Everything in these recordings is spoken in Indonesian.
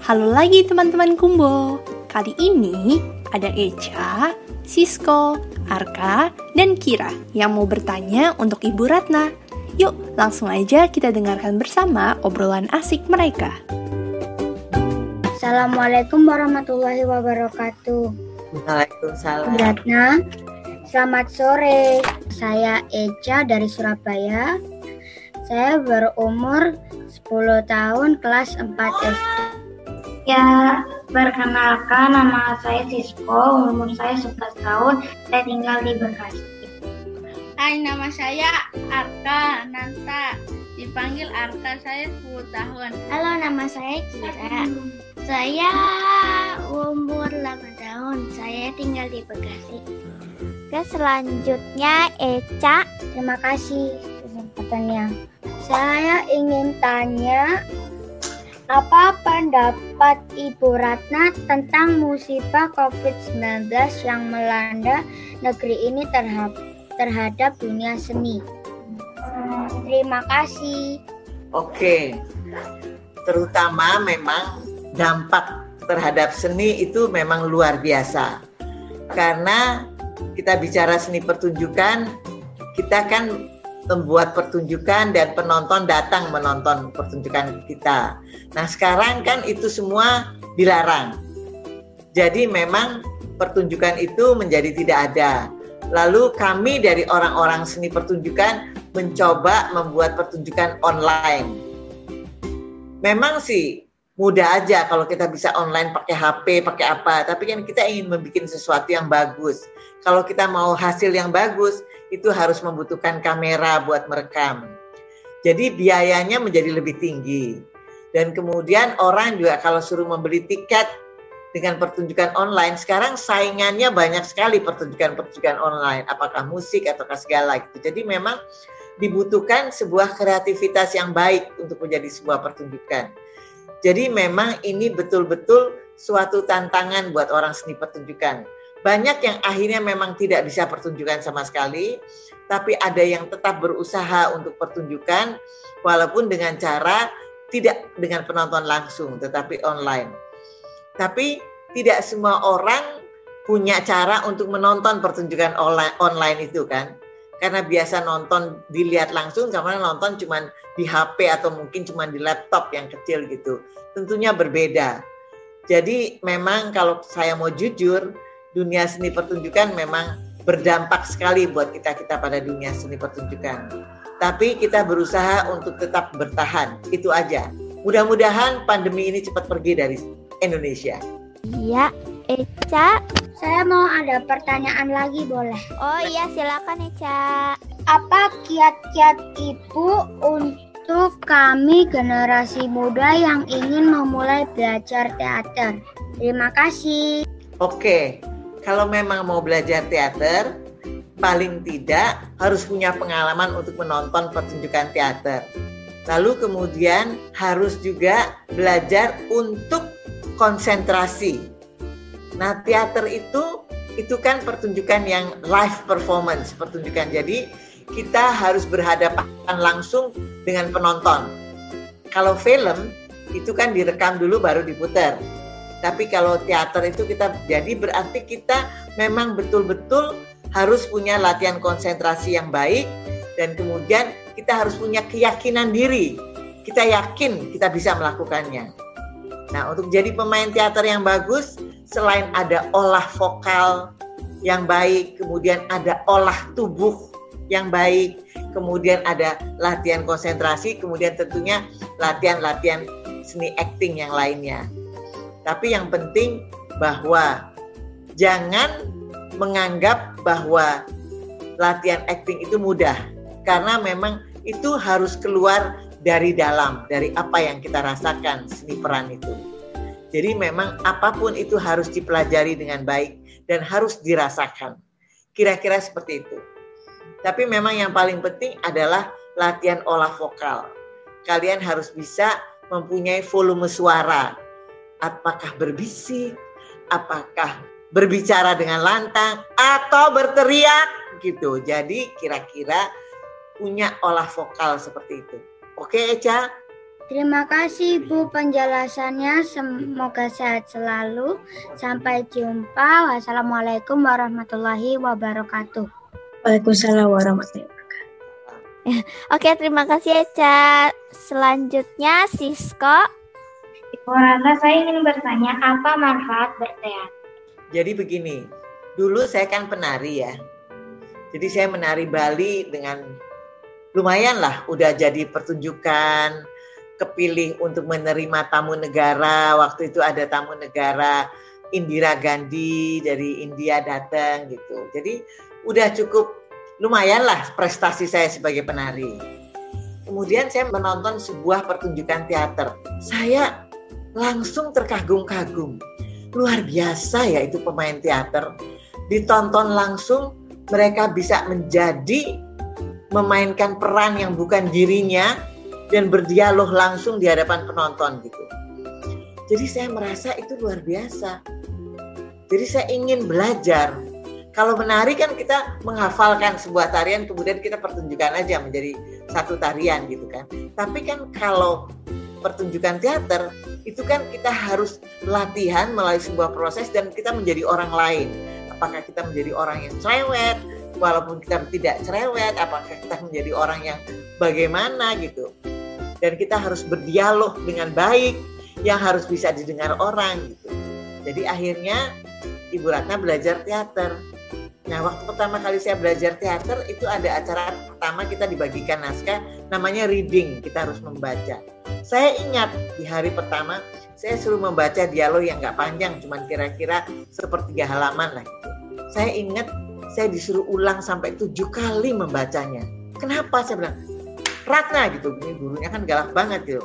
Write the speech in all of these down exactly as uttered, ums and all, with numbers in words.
Halo lagi teman-teman Kumbo. Kali ini ada Echa, Sisko, Arka, dan Kira yang mau bertanya untuk Ibu Ratna. Yuk, langsung aja kita dengarkan bersama obrolan asik mereka. Assalamualaikum warahmatullahi wabarakatuh. Waalaikumsalam. Ratna, selamat sore. Saya Echa dari Surabaya. Saya berumur sepuluh tahun, kelas empat S D. Ya, perkenalkan nama saya Sisko, umur saya sebelas tahun, saya tinggal di Bekasi. Hai, nama saya Arka Nanta, dipanggil Arka, saya sepuluh tahun. Halo, nama saya Kira. Saya umur delapan tahun, saya tinggal di Bekasi. Oke, selanjutnya Echa. Terima kasih kesempatannya. Saya ingin tanya, apa pendapat Ibu Ratna tentang musibah covid sembilan belas yang melanda negeri ini terhadap, terhadap dunia seni? Terima kasih. Oke, terutama memang dampak terhadap seni itu memang luar biasa. Karena kita bicara seni pertunjukan, kita kan membuat pertunjukan dan penonton datang menonton pertunjukan kita. Nah, sekarang kan itu semua dilarang. Jadi memang pertunjukan itu menjadi tidak ada. Lalu kami dari orang-orang seni pertunjukan mencoba membuat pertunjukan online. Memang sih mudah aja kalau kita bisa online pakai H P, pakai apa. Tapi kan kita ingin membuat sesuatu yang bagus. Kalau kita mau hasil yang bagus, itu harus membutuhkan kamera buat merekam. Jadi biayanya menjadi lebih tinggi. Dan kemudian orang juga kalau suruh membeli tiket dengan pertunjukan online, sekarang saingannya banyak sekali pertunjukan-pertunjukan online, apakah musik ataukah segala gitu. Jadi memang dibutuhkan sebuah kreativitas yang baik untuk menjadi sebuah pertunjukan. Jadi memang ini betul-betul suatu tantangan buat orang seni pertunjukan. Banyak yang akhirnya memang tidak bisa pertunjukan sama sekali, tapi ada yang tetap berusaha untuk pertunjukan walaupun dengan cara tidak dengan penonton langsung, tetapi online. Tapi tidak semua orang punya cara untuk menonton pertunjukan online, online itu kan. Karena biasa nonton dilihat langsung, sama nonton cuma di H P atau mungkin cuma di laptop yang kecil gitu. Tentunya berbeda. Jadi memang kalau saya mau jujur, dunia seni pertunjukan memang berdampak sekali buat kita-kita pada dunia seni pertunjukan. Tapi kita berusaha untuk tetap bertahan, itu aja. Mudah-mudahan pandemi ini cepat pergi dari Indonesia. Iya, Echa. Saya mau ada pertanyaan lagi, boleh? Oh iya, silakan Echa. Apa kiat-kiat Ibu untuk kami generasi muda yang ingin memulai belajar teater? Terima kasih. Oke. Kalau memang mau belajar teater, paling tidak harus punya pengalaman untuk menonton pertunjukan teater. Lalu kemudian harus juga belajar untuk konsentrasi. Nah, teater itu itu kan pertunjukan yang live performance, pertunjukan. Jadi kita harus berhadapan langsung dengan penonton. Kalau film itu kan direkam dulu baru diputar. Tapi kalau teater itu kita, jadi berarti kita memang betul-betul harus punya latihan konsentrasi yang baik dan kemudian kita harus punya keyakinan diri. Kita yakin kita bisa melakukannya. Nah, untuk jadi pemain teater yang bagus, selain ada olah vokal yang baik, kemudian ada olah tubuh yang baik, kemudian ada latihan konsentrasi, kemudian tentunya latihan-latihan seni acting yang lainnya. Tapi yang penting bahwa jangan menganggap bahwa latihan acting itu mudah. Karena memang itu harus keluar dari dalam, dari apa yang kita rasakan seni peran itu. Jadi memang apapun itu harus dipelajari dengan baik dan harus dirasakan. Kira-kira seperti itu. Tapi memang yang paling penting adalah latihan olah vokal. Kalian harus bisa mempunyai volume suara. Apakah berbisik, apakah berbicara dengan lantang, atau berteriak gitu. Jadi kira-kira punya olah vokal seperti itu. Oke Echa? Terima kasih Bu penjelasannya. Semoga sehat selalu. Sampai jumpa. Wassalamualaikum warahmatullahi wabarakatuh. Waalaikumsalam warahmatullahi wabarakatuh. Oke, terima kasih Eca. Selanjutnya Sisko. Ibu Ratna, saya ingin bertanya apa manfaat berteater? Jadi begini, dulu saya kan penari ya. Jadi saya menari Bali dengan lumayan lah, udah jadi pertunjukan, kepilih untuk menerima tamu negara. Waktu itu ada tamu negara Indira Gandhi dari India datang gitu. Jadi udah cukup lumayan lah prestasi saya sebagai penari. Kemudian saya menonton sebuah pertunjukan teater. Saya langsung terkagum-kagum. Luar biasa ya itu pemain teater. Ditonton langsung, mereka bisa menjadi memainkan peran yang bukan dirinya dan berdialog langsung di hadapan penonton gitu. Jadi saya merasa itu luar biasa. Jadi saya ingin belajar. Kalau menari kan kita menghafalkan sebuah tarian kemudian kita pertunjukan aja menjadi satu tarian gitu kan. Tapi kan kalau pertunjukan teater itu kan kita harus latihan melalui sebuah proses dan kita menjadi orang lain. Apakah kita menjadi orang yang cerewet, walaupun kita tidak cerewet, apakah kita menjadi orang yang bagaimana gitu. Dan kita harus berdialog dengan baik yang harus bisa didengar orang gitu. Jadi akhirnya Ibu Ratna belajar teater. Nah, waktu pertama kali saya belajar teater itu ada acara pertama kita dibagikan naskah namanya reading, kita harus membaca. Saya ingat di hari pertama saya suruh membaca dialog yang gak panjang, cuman kira-kira sepertiga halaman lah gitu. Saya ingat saya disuruh ulang sampai tujuh kali membacanya. Kenapa? Saya bilang, Ratna gitu, ini gurunya kan galak banget gitu.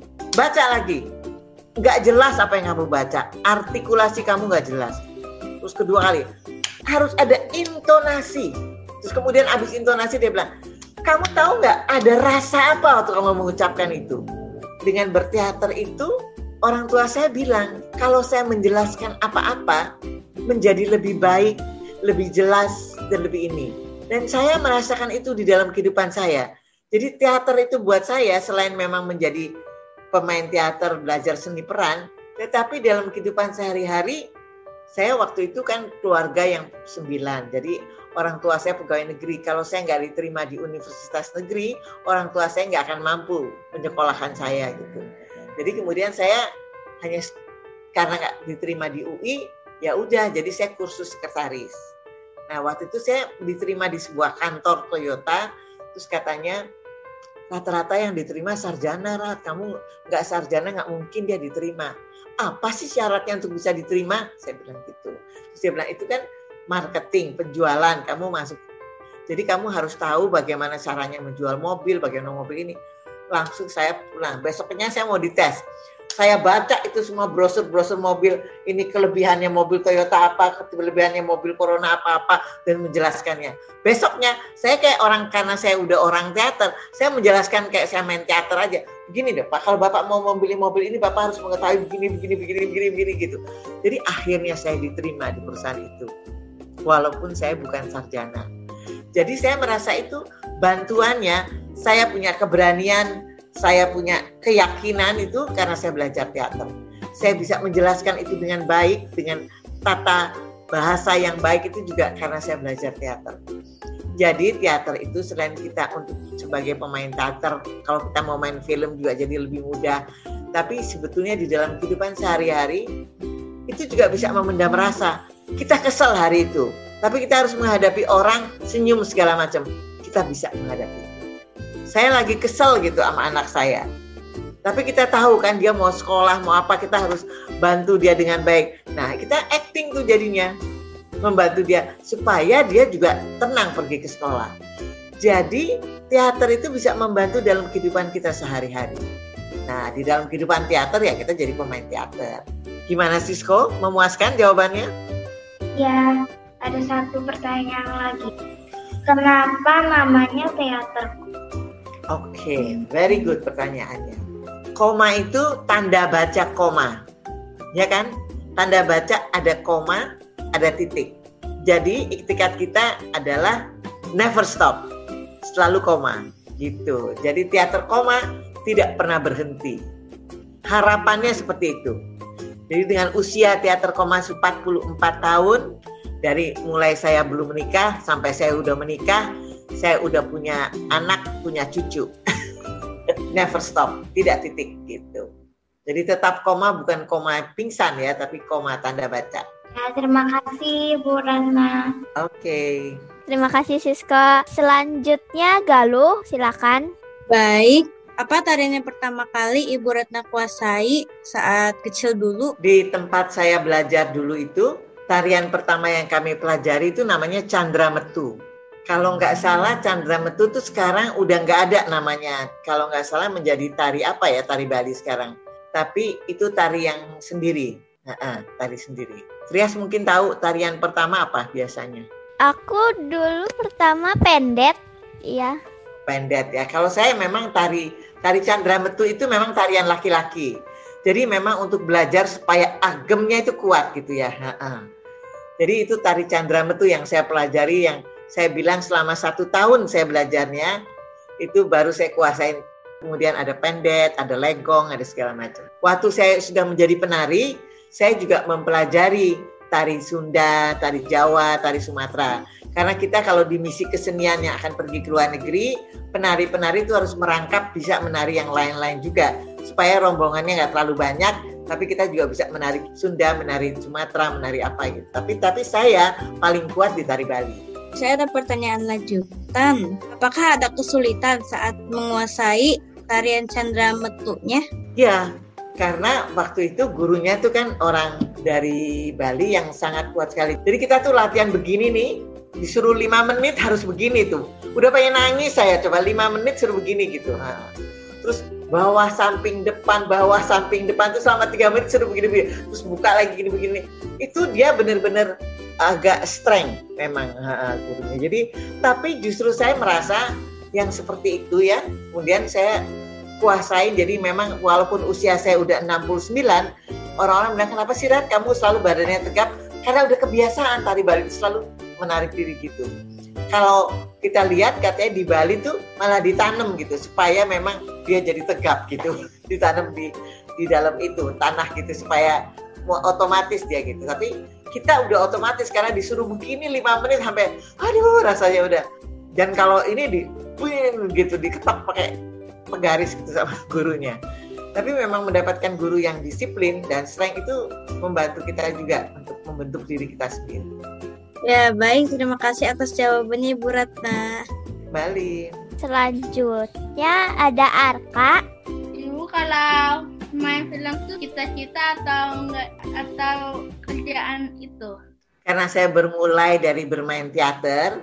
Baca lagi, nggak jelas apa yang kamu baca, artikulasi kamu nggak jelas. Terus kedua kali, harus ada intonasi. Terus kemudian abis intonasi dia bilang, kamu tahu nggak ada rasa apa waktu kamu mengucapkan itu? Dengan berteater itu, orang tua saya bilang, kalau saya menjelaskan apa-apa, menjadi lebih baik, lebih jelas, dan lebih ini. Dan saya merasakan itu di dalam kehidupan saya. Jadi teater itu buat saya selain memang menjadi pemain teater, belajar seni peran, tetapi dalam kehidupan sehari-hari, saya waktu itu kan keluarga yang sembilan. Jadi orang tua saya pegawai negeri. Kalau saya nggak diterima di universitas negeri, orang tua saya nggak akan mampu menyekolahkan saya gitu. Jadi kemudian saya hanya karena nggak diterima di U I, ya udah. Jadi saya kursus sekretaris. Nah waktu itu saya diterima di sebuah kantor Toyota. Terus katanya rata-rata yang diterima sarjana, Rat. Kamu nggak sarjana nggak mungkin dia diterima. Apa sih syaratnya untuk bisa diterima? Saya bilang gitu. Terus dia bilang itu kan marketing, penjualan. Kamu masuk. Jadi kamu harus tahu bagaimana caranya menjual mobil, bagaimana mobil ini. Langsung saya pulang. Besoknya saya mau dites. Saya baca itu semua brosur-brosur mobil. Ini kelebihannya mobil Toyota apa, kelebihannya mobil Corona apa-apa, dan menjelaskannya. Besoknya saya kayak orang, karena saya udah orang teater, saya menjelaskan kayak saya main teater aja. Begini deh Pak, kalau Bapak mau membeli mobil ini, Bapak harus mengetahui begini, begini, begini, begini, begini gitu. Jadi akhirnya saya diterima di perusahaan itu. Walaupun saya bukan sarjana. Jadi saya merasa itu bantuannya, saya punya keberanian, saya punya keyakinan itu karena saya belajar teater. Saya bisa menjelaskan itu dengan baik, dengan tata bahasa yang baik itu juga karena saya belajar teater. Jadi teater itu selain kita untuk sebagai pemain teater, kalau kita mau main film juga jadi lebih mudah. Tapi sebetulnya di dalam kehidupan sehari-hari itu juga bisa memendam rasa. Kita kesel hari itu, tapi kita harus menghadapi orang senyum segala macam. Kita bisa menghadapi. Saya lagi kesel gitu sama anak saya. Tapi kita tahu kan dia mau sekolah, mau apa, kita harus bantu dia dengan baik. Nah, kita acting tuh jadinya. Membantu dia supaya dia juga tenang pergi ke sekolah. Jadi, teater itu bisa membantu dalam kehidupan kita sehari-hari. Nah, di dalam kehidupan teater ya kita jadi pemain teater. Gimana Sisko? Memuaskan jawabannya? Ya, ada satu pertanyaan lagi. Kenapa namanya teater? Oke, okay, very good pertanyaannya. Koma itu tanda baca koma, ya kan? Tanda baca ada koma, ada titik. Jadi iktikat kita adalah never stop, selalu koma, gitu. Jadi teater koma, tidak pernah berhenti. Harapannya seperti itu. Jadi dengan usia teater Komas empat puluh empat tahun, dari mulai saya belum menikah sampai saya udah menikah, saya udah punya anak, punya cucu. Never stop, tidak titik gitu. Jadi tetap koma, bukan koma pingsan ya, tapi koma tanda baca. Ya, terima kasih Bu Ratna. Oke. Okay. Terima kasih Sisko. Selanjutnya Galuh, silakan. Baik. Apa tarian yang pertama kali Ibu Ratna kuasai saat kecil dulu? Di tempat saya belajar dulu itu, tarian pertama yang kami pelajari itu namanya Candrametu. Kalau nggak salah Candrametu itu sekarang udah nggak ada namanya. Kalau nggak salah menjadi tari apa ya, tari Bali sekarang. Tapi itu tari yang sendiri, nah, tari sendiri. Trias mungkin tahu tarian pertama apa biasanya? Aku dulu pertama pendet, iya. Pendet ya. Kalau saya memang tari tari Candrametu itu memang tarian laki-laki. Jadi memang untuk belajar supaya agemnya itu kuat gitu ya. Ha-ha. Jadi itu tari Candrametu yang saya pelajari, yang saya bilang selama satu tahun saya belajarnya, itu baru saya kuasain. Kemudian ada pendet, ada legong, ada segala macam. Waktu saya sudah menjadi penari, saya juga mempelajari tari Sunda, tari Jawa, tari Sumatera. Karena kita kalau di misi kesenian yang akan pergi ke luar negeri, penari-penari itu harus merangkap bisa menari yang lain-lain juga. Supaya rombongannya nggak terlalu banyak, tapi kita juga bisa menari Sunda, menari Sumatera, menari apa gitu. Tapi tapi saya paling kuat di tari Bali. Saya ada pertanyaan lanjutan. Apakah ada kesulitan saat menguasai tarian Candrametunya? Ya, karena waktu itu gurunya tuh kan orang dari Bali yang sangat kuat sekali. Jadi kita tuh latihan begini nih, disuruh lima menit harus begini tuh. Udah pengen nangis saya, coba lima menit suruh begini gitu. Nah, terus bawah samping depan, bawah samping depan tuh selama tiga menit suruh begini-begini. Terus buka lagi gini-begini. Itu dia benar-benar agak strength memang ha, gurunya. Jadi tapi justru saya merasa yang seperti itu ya. Kemudian saya kuasain, jadi memang walaupun usia saya udah enam puluh sembilan, orang-orang bilang kenapa sih Rat kamu selalu badannya tegap? Karena udah kebiasaan tari Bali itu selalu menarik diri gitu. Kalau kita lihat katanya di Bali tuh malah ditanam gitu supaya memang dia jadi tegap gitu, ditanam di di dalam itu tanah gitu supaya otomatis dia gitu. Tapi kita udah otomatis karena disuruh begini lima menit sampai aduh rasanya udah. Dan kalau ini di gitu diketok pakai penggaris gitu sama gurunya. Tapi memang mendapatkan guru yang disiplin dan strength itu membantu kita juga untuk membentuk diri kita sendiri. Ya baik, terima kasih atas jawabannya Ibu Ratna. Bali. Selanjutnya ada Arka. Ibu kalau main film itu cita-cita atau enggak atau kerjaan itu? Karena saya bermulai dari bermain teater.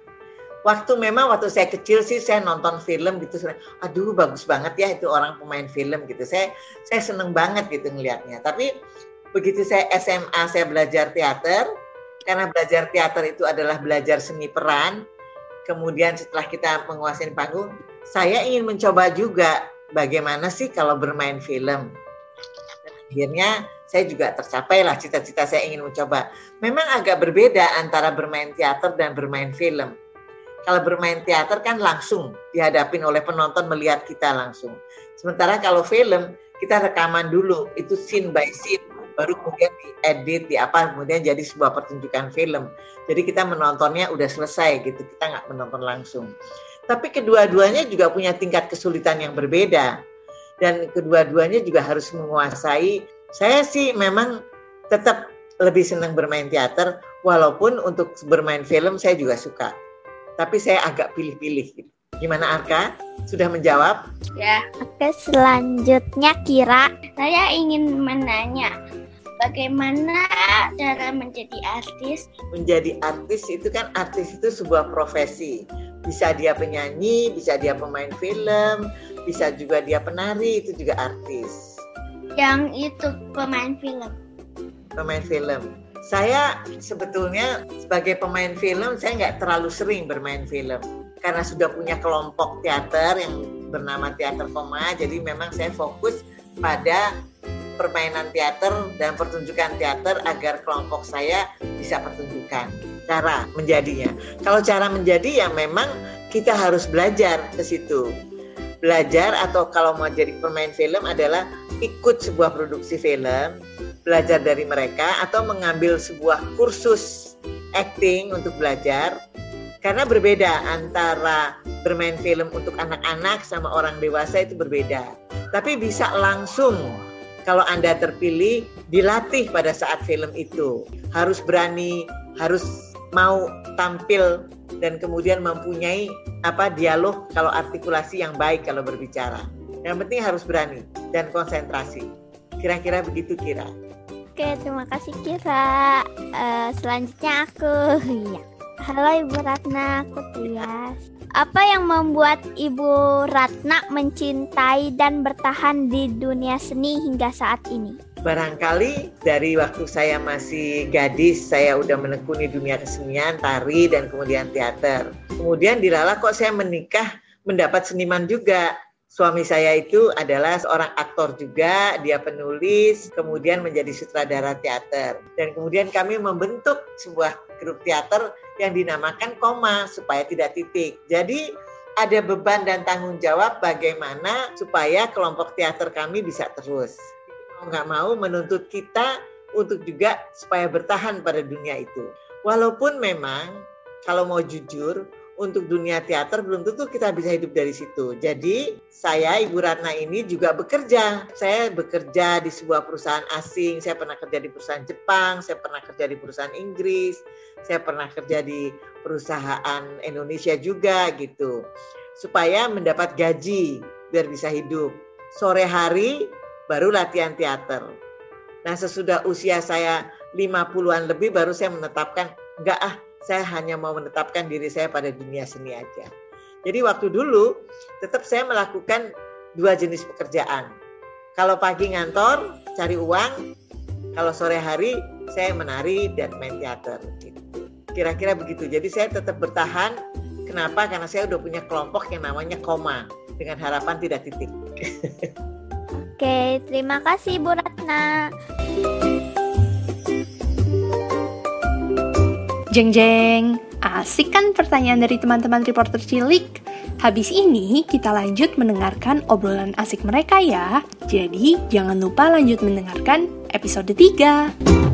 Waktu memang waktu saya kecil sih saya nonton film gitu, aduh bagus banget ya itu orang pemain film gitu. Saya saya seneng banget gitu ngelihatnya. Tapi begitu saya S M A saya belajar teater, karena belajar teater itu adalah belajar seni peran. Kemudian setelah kita menguasai panggung, saya ingin mencoba juga bagaimana sih kalau bermain film. Dan akhirnya saya juga tercapai lah cita-cita saya ingin mencoba. Memang agak berbeda antara bermain teater dan bermain film. Kalau bermain teater kan langsung dihadapin oleh penonton melihat kita langsung. Sementara kalau film kita rekaman dulu, itu scene by scene, baru kemudian diedit, di apa, kemudian jadi sebuah pertunjukan film. Jadi kita menontonnya udah selesai gitu, kita nggak menonton langsung. Tapi kedua-duanya juga punya tingkat kesulitan yang berbeda. Dan kedua-duanya juga harus menguasai. Saya sih memang tetap lebih senang bermain teater, walaupun untuk bermain film saya juga suka. Tapi saya agak pilih-pilih gitu. Gimana Arka? Sudah menjawab? Ya. Oke, selanjutnya Kira. Saya ingin menanya, bagaimana cara menjadi artis? Menjadi artis itu kan, artis itu sebuah profesi. Bisa dia penyanyi, bisa dia pemain film, bisa juga dia penari, itu juga artis. Yang itu pemain film. Pemain film. Saya sebetulnya sebagai pemain film, saya nggak terlalu sering bermain film. Karena sudah punya kelompok teater yang bernama Teater Koma, jadi memang saya fokus pada permainan teater dan pertunjukan teater agar kelompok saya bisa pertunjukan. Cara menjadinya. Kalau cara menjadi ya memang kita harus belajar ke situ. belajar atau kalau mau jadi pemain film adalah ikut sebuah produksi film, belajar dari mereka atau mengambil sebuah kursus acting untuk belajar. Karena berbeda antara bermain film untuk anak-anak sama orang dewasa itu berbeda. Tapi bisa langsung kalau Anda terpilih dilatih pada saat film itu. Harus berani, harus mau tampil dan kemudian mempunyai apa dialog kalau artikulasi yang baik kalau berbicara. Yang penting harus berani dan konsentrasi. Kira-kira begitu Kira. Oke, terima kasih Kira. Uh, selanjutnya aku. Ya. Halo Ibu Ratna, aku Tias. Apa yang membuat Ibu Ratna mencintai dan bertahan di dunia seni hingga saat ini? Barangkali dari waktu saya masih gadis, saya udah menekuni dunia kesenian, tari, dan kemudian teater. Kemudian dilala kok saya menikah mendapat seniman juga. Suami saya itu adalah seorang aktor juga, dia penulis, kemudian menjadi sutradara teater. Dan kemudian kami membentuk sebuah grup teater yang dinamakan Koma supaya tidak titik. Jadi ada beban dan tanggung jawab bagaimana supaya kelompok teater kami bisa terus. Mau nggak mau menuntut kita untuk juga supaya bertahan pada dunia itu. Walaupun memang kalau mau jujur, untuk dunia teater belum tentu kita bisa hidup dari situ. Jadi saya Ibu Ratna ini juga bekerja. Saya bekerja di sebuah perusahaan asing. Saya pernah kerja di perusahaan Jepang. Saya pernah kerja di perusahaan Inggris. Saya pernah kerja di perusahaan Indonesia juga gitu. Supaya mendapat gaji biar bisa hidup. Sore hari baru latihan teater. Nah sesudah usia saya lima puluhan lebih baru saya menetapkan enggak ah. Saya hanya mau menetapkan diri saya pada dunia seni aja. Jadi waktu dulu tetap saya melakukan dua jenis pekerjaan. Kalau pagi ngantor, cari uang. Kalau sore hari saya menari dan main teater. Gitu. Kira-kira begitu. Jadi saya tetap bertahan. Kenapa? Karena saya udah punya kelompok yang namanya Koma. Dengan harapan tidak titik. Oke, terima kasih Bu Ratna. Jeng jeng, asik kan pertanyaan dari teman-teman reporter cilik? Habis ini kita lanjut mendengarkan obrolan asik mereka ya. Jadi jangan lupa lanjut mendengarkan episode tiga.